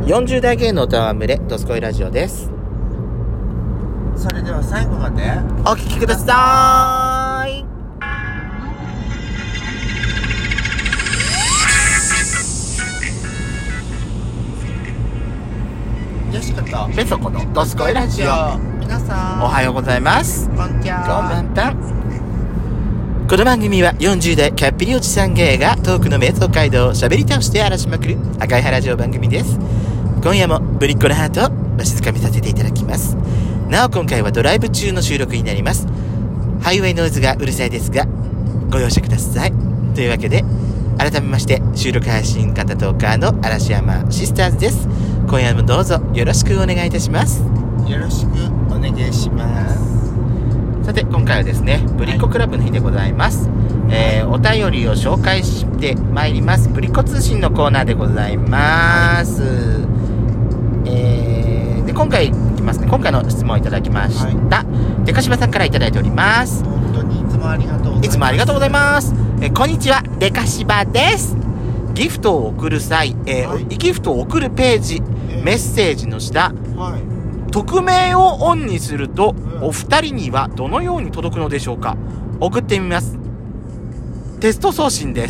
40代芸能とは群れドスコイラジオです。 それでは最後までお聞きください。 よしことペソコのドスコイラジオ。 皆さんおはようございます。 こんにちは。 こんばんは。この番組は40代キャッピリおじさん芸がトークの瞑想街道を喋り倒して荒らしまくる赤い原ラジオ番組です。今夜もぶりっ子のハートをわしづかみさせていただきます。なお今回はドライブ中の収録になります。ハイウェイノイズがうるさいですがご容赦ください。というわけで改めまして収録配信型トーカーの嵐山シスターズです。今夜もどうぞよろしくお願いいたします。 よろしくお願いします。 さて今回はですねぶりっ子クラブの日でございます。お便りを紹介してまいります。ぶりっ子通信のコーナーでございます。で今回いきますね。今回の質問をいただきました、でかしばさんからいただいております。 本当にいつもありがとうございます。 いつもありがとうございます。こんにちは、でかしばです。ギフトを送る際、ギフトを送るページ、メッセージの下、匿名をオンにすると、お二人にはどのように届くのでしょうか。送ってみます。テスト送信です。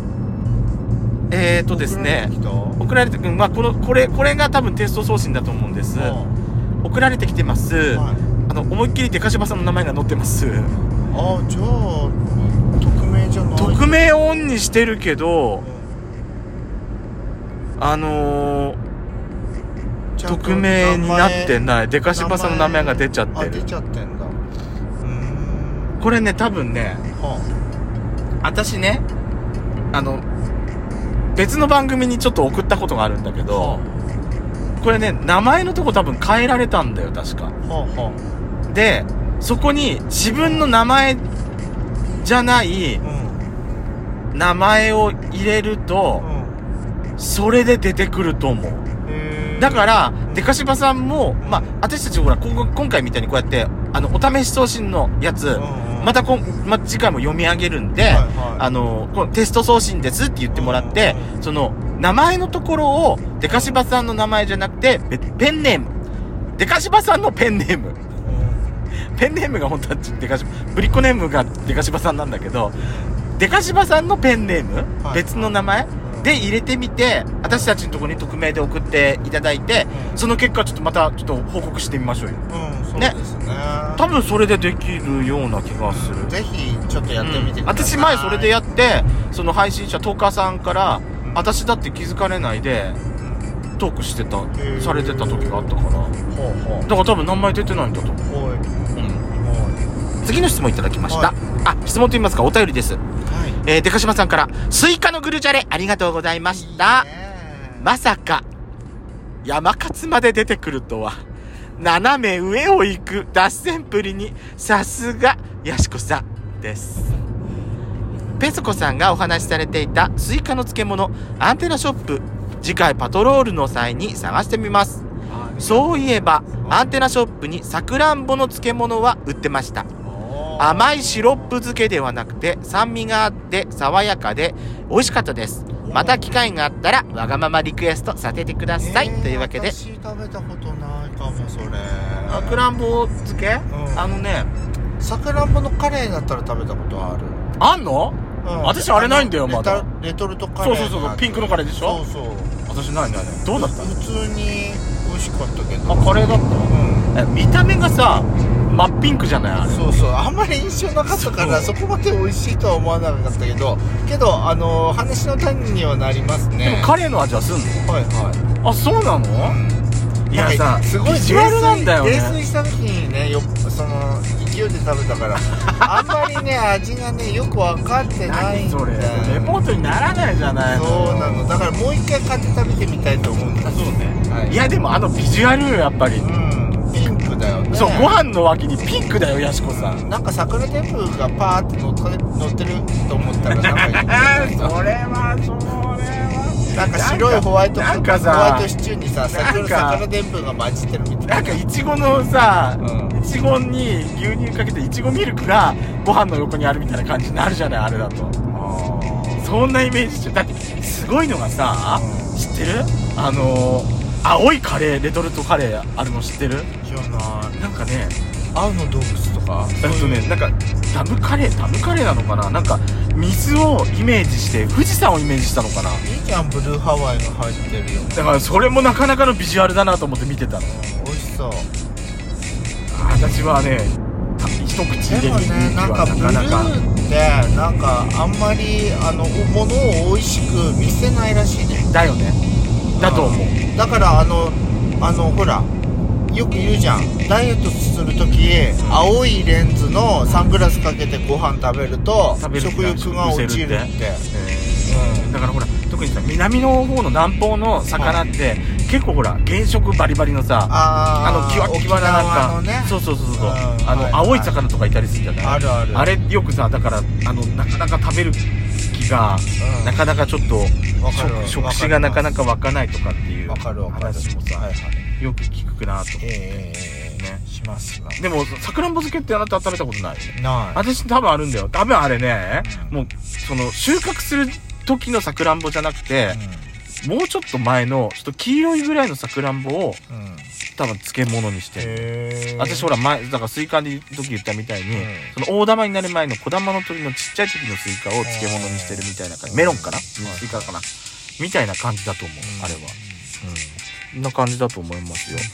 ですね、送られてくる、これが多分テスト送信だと思うんです。送られてきてます。思いっきりでかしばさんの名前が載ってます。 じゃあ匿名じゃない。 匿名をオンにしてるけど、匿名になってない。でかしばさんの名前が出ちゃってる。 出ちゃってんだ。 これね多分ね、私ね別の番組にちょっと送ったことがあるんだけど、これね名前のとこ多分変えられたんだよ確か。でそこに自分の名前じゃない名前を入れると、それで出てくると思う。だからでかしばさんも、私たちほら今回みたいにこうやってお試し送信のやつ、また次回も読み上げるんで、このテスト送信ですって言ってもらって、その名前のところをでかしばさんの名前じゃなくてペンネーム、でかしばさんのペンネーム、ペンネームが本当はでかしば、ぶりっ子ネームがでかしばさんなんだけど、でかしばさんのペンネーム、別の名前で入れてみて、私たちのところに匿名で送っていただいて、その結果ちょっとまたちょっと報告してみましょうよ。 そうですね。 多分それでできるような気がする。 ぜひちょっとやってみてください。 私前それでやって、その配信者トーカーさんから、私だって気づかれないでトークしてた、されてた時があったから、だから多分名前出てないんだと思う。次の質問いただきました。質問と言いますかお便りです。でかしばさんからスイカのグルジャレありがとうございました。まさか山勝まで出てくるとは。斜め上を行く脱線プリにさすがやしこさんです。ペソコさんがお話しされていたスイカの漬物アンテナショップ、次回パトロールの際に探してみます。そういえばアンテナショップにさくらんぼの漬物は売ってました。甘いシロップ漬けではなくて酸味があって爽やかで美味しかったです。また機会があったらわがままリクエストさせてください。というわけで、 私食べたことないかも。それさくらんぼ漬け、 さくらんぼのカレーだったら食べたことある。 あんの？私あれないんだよまだ。 レトルトカレー。 そうピンクのカレーでしょ。そう私ない。どうだった？ 普通に美味しかったけど。 カレーだった。見た目がさ真っピンクじゃないあれ。 あんまり印象なかったからそこまで美味しいとは思わなかったけど話の種にはなりますね。 でもカレーの味はすんの？あ、そうなの？いやさ、 すごいビジュアルなんだよね。 泥酔した時にね勢いで食べたからあんまりね味がねよく分かってないんだよ。 それレポートにならないじゃないの。 そうなの。だからもう一回買って食べてみたいと思うんだ。そうね。 いやでもビジュアルやっぱり。 ピンクだよね。 そう、ご飯の脇にピンクだよやしこさん。 なんか桜天ぷがパーって乗ってると思ったらなんかそれはなんか白いホワイトシチューにさ桜天ぷが混じってるみたいな。 なんかいちごのさ、いちごに牛乳かけていちごミルクがご飯の横にあるみたいな感じになるじゃないあれだと。そんなイメージして。だってすごいのがさ、知ってる？ 青いカレー、レトルトカレーあるの知ってる？ 知らない。 なんかね、 青の洞窟とかなんかダムカレーなのかな、なんか水をイメージして富士山をイメージしたのかな。 いいじゃん、ブルーハワイが入ってるよ。 だからそれもなかなかのビジュアルだなと思って見てたの。 美味しそう。 私はね、一口入れるでもね、なんかブルーってなんかあんまり物を美味しく見せないらしいね。 だよね。だと思う。 だからほらよく言うじゃん、ダイエットするとき、青いレンズのサングラスかけてご飯食べると食欲が落ちるって。 だからほら、特にさ、南の方の南方の魚って結構ほら原色バリバリのさ、キワキワななんか、そう青い魚とかいたりするじゃない。 あるある。 あれよくさ、だからなかなか食べる気が、なかなかちょっと食事がなかなか湧かないとかっていう話もさ、よく聞くなと思ってね。 しますな。 でもさくらんぼ漬けってあなた食べたことない？ ない。 私多分あるんだよ。多分あれね、もうその収穫する時のさくらんぼじゃなくて、もうちょっと前のちょっと黄色いぐらいのさくらんぼを、多分漬物にしてる。私ほら前だからスイカの時言ったみたいに、その大玉になる前の小玉の鳥のちっちゃい時のスイカを漬物にしてるみたいな感じ。メロンかな、スイカかなみたいな感じだと思う、あれは。こんな感じだと思いますよ。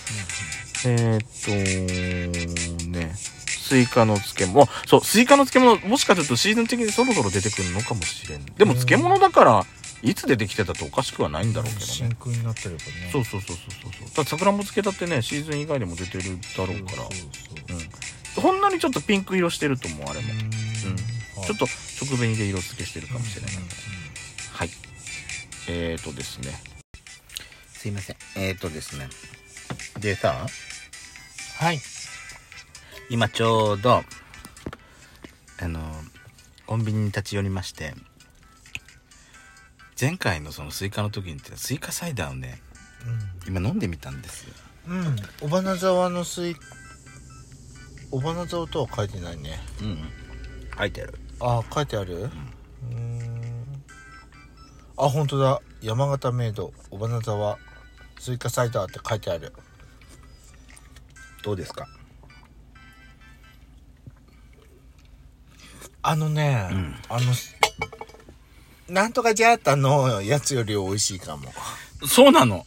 ね、スイカの漬物。そう、スイカの漬物、もしかするとシーズン的にそろそろ出てくるのかもしれん。でも漬物だから、いつ出てきてたとおかしくはないんだろうけどね。 真空になってればね。 そう。ださくらんぼ漬けだってね、シーズン以外でも出てるだろうから。ほんのにちょっとピンク色してると思う、あれも。ちょっと食紅で色付けしてるかもしれない。はい。ですね。すいません。ですね。でさ、 はい。 今ちょうど、コンビニに立ち寄りまして、前回のそのスイカの時にスイカサイダーをね、今飲んでみたんですよ。 尾花沢の尾花沢とは書いてないね。 書いてある。 書いてある。本当だ。山形メイド尾花沢スイカサイダーって書いてある。 どうですか？ なんとかジャータのやつより美味しいかも。 そうなの。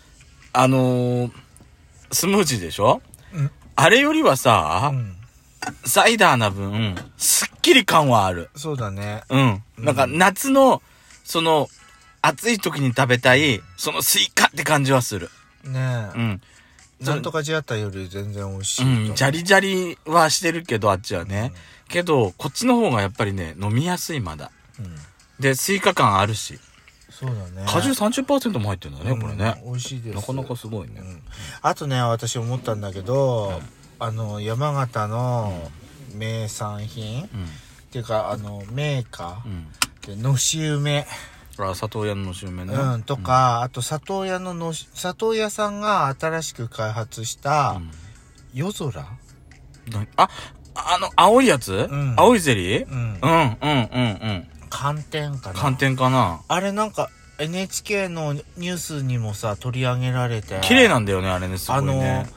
スムージーでしょ？あれよりはさ、サイダーな分、すっきり感はある。 そうだね。 なんか夏の、その、暑い時に食べたい、そのスイカって感じはする。 ねえ。なんとかジャータより全然美味しい。 ジャリジャリはしてるけど、あっちはね。けど、こっちの方がやっぱりね、飲みやすいまだ。で、スイカ感あるし。 そうだね。 果汁 30% も入ってるんだね、これね。 美味しいです。 なかなかすごいね。 あとね、私思ったんだけど、山形の名産品、っていうか、メーカーで、のし梅。 里親ののし梅ね。 とか、あと里親さんが新しく開発した、夜空？ 青いやつ？青いゼリー？ 寒天かな。 寒天かな。 あれなんか NHK のニュースにもさ取り上げられて、 綺麗なんだよね、あれね。すごいね。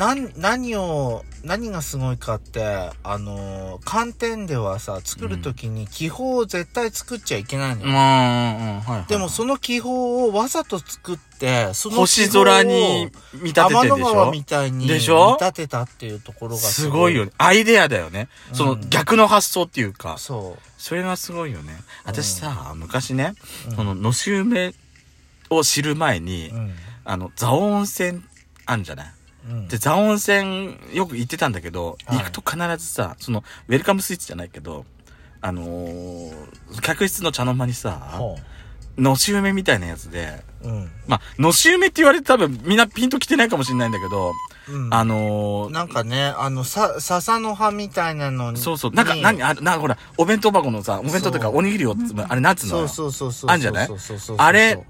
何がすごいかって寒天ではさ作るときに気泡を絶対作っちゃいけないのよ。でもその気泡をわざと作ってその星空に見立ててるでしょ。 天の川みたいに見立てたっていうところがすごいよね。アイデアだよね。その逆の発想っていうか。 そう。 それがすごいよね。私さ、昔ね、そののし梅を知る前に、蔵王温泉あるじゃない。で、蔵王温泉よく行ってたんだけど、行くと必ずさ、その、ウェルカムスイーツじゃないけど、客室の茶の間にさ、のし梅みたいなやつで、まあ、のし梅って言われて多分みんなピンと来てないかもしれないんだけど、 なんかね、笹の葉みたいなのに。 そう、なんか、ほら、お弁当箱のさ、お弁当とかおにぎりを、あれ、なんつうの？ そう。 あんじゃない？あれ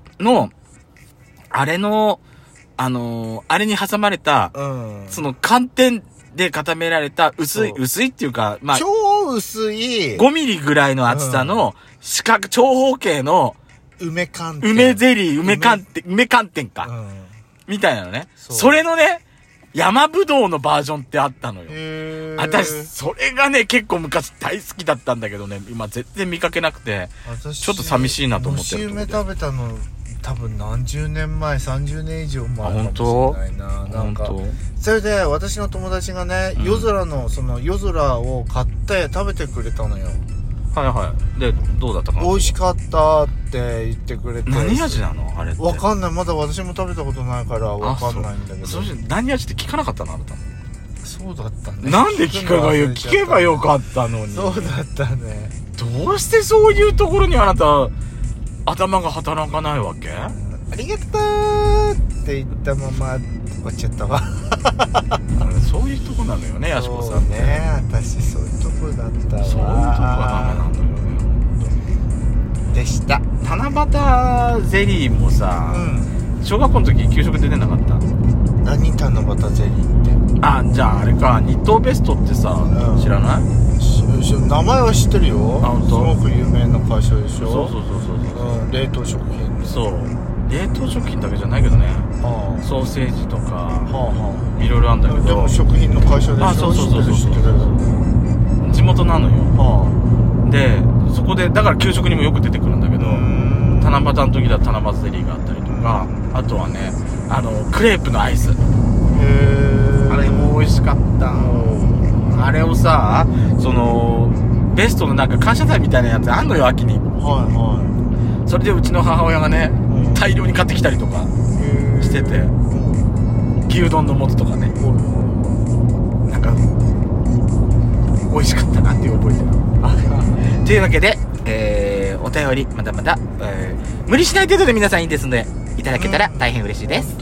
の、あれに挟まれた、その寒天で固められた薄いっていうか、まあ、 超薄い、 5ミリぐらいの厚さの、長方形の、 梅寒天。 梅ゼリー、梅寒天か。 みたいなのね。それのね、山ぶどうのバージョンってあったのよ。私、それがね、結構昔大好きだったんだけどね、今全然見かけなくて、ちょっと寂しいなと思ってる。 もし梅食べたの、多分何十年前、30年以上前かもしれないな。なんか、それで私の友達がね、夜空の、夜空を買って食べてくれたのよ。 はいはい。で、どうだったかな？ 美味しかったって言ってくれて。 何味なのあれって。 わかんない。まだ私も食べたことないからわかんないんだけど。 そう何味って聞かなかったのあなた。 そうだったね。 なんで聞けばよかったのに。 そうだったね。 どうしてそういうところにあなた、頭が働かないわけ？ ありがとうって言ったまま終わっちゃったわ。 そういうとこなのよね、やしこさんね。私そういうとこだったわ。 そういうとこがダメなんだよね。 でした。 七夕ゼリーもさ、小学校の時給食で出なかった？ 何七夕ゼリーって？ あ、じゃああれか、日東ベストってさ、知らない？ 名前は知ってるよ。 あ、本当？ すごく有名な会社でしょ。 そう。 冷凍食品。 そう。冷凍食品だけじゃないけどね。ソーセージとか、いろいろあるんだけど。 でも食品の会社でしょ。 あ、そう。地元なのよ。で、そこで、だから給食にもよく出てくるんだけど、七夕の時だと七夕ゼリーがあったりとか、あとはね、クレープのアイス。あれも美味しかった。あれをさ、ベストのなんか感謝祭みたいなやつあんのよ、秋に。それでうちの母親がね、大量に買ってきたりとかしてて、牛丼の素とかね、なんか美味しかったなっていう覚えてる。というわけで、お便りまだまだ、無理しない程度で皆さんいいですのでいただけたら大変嬉しいです。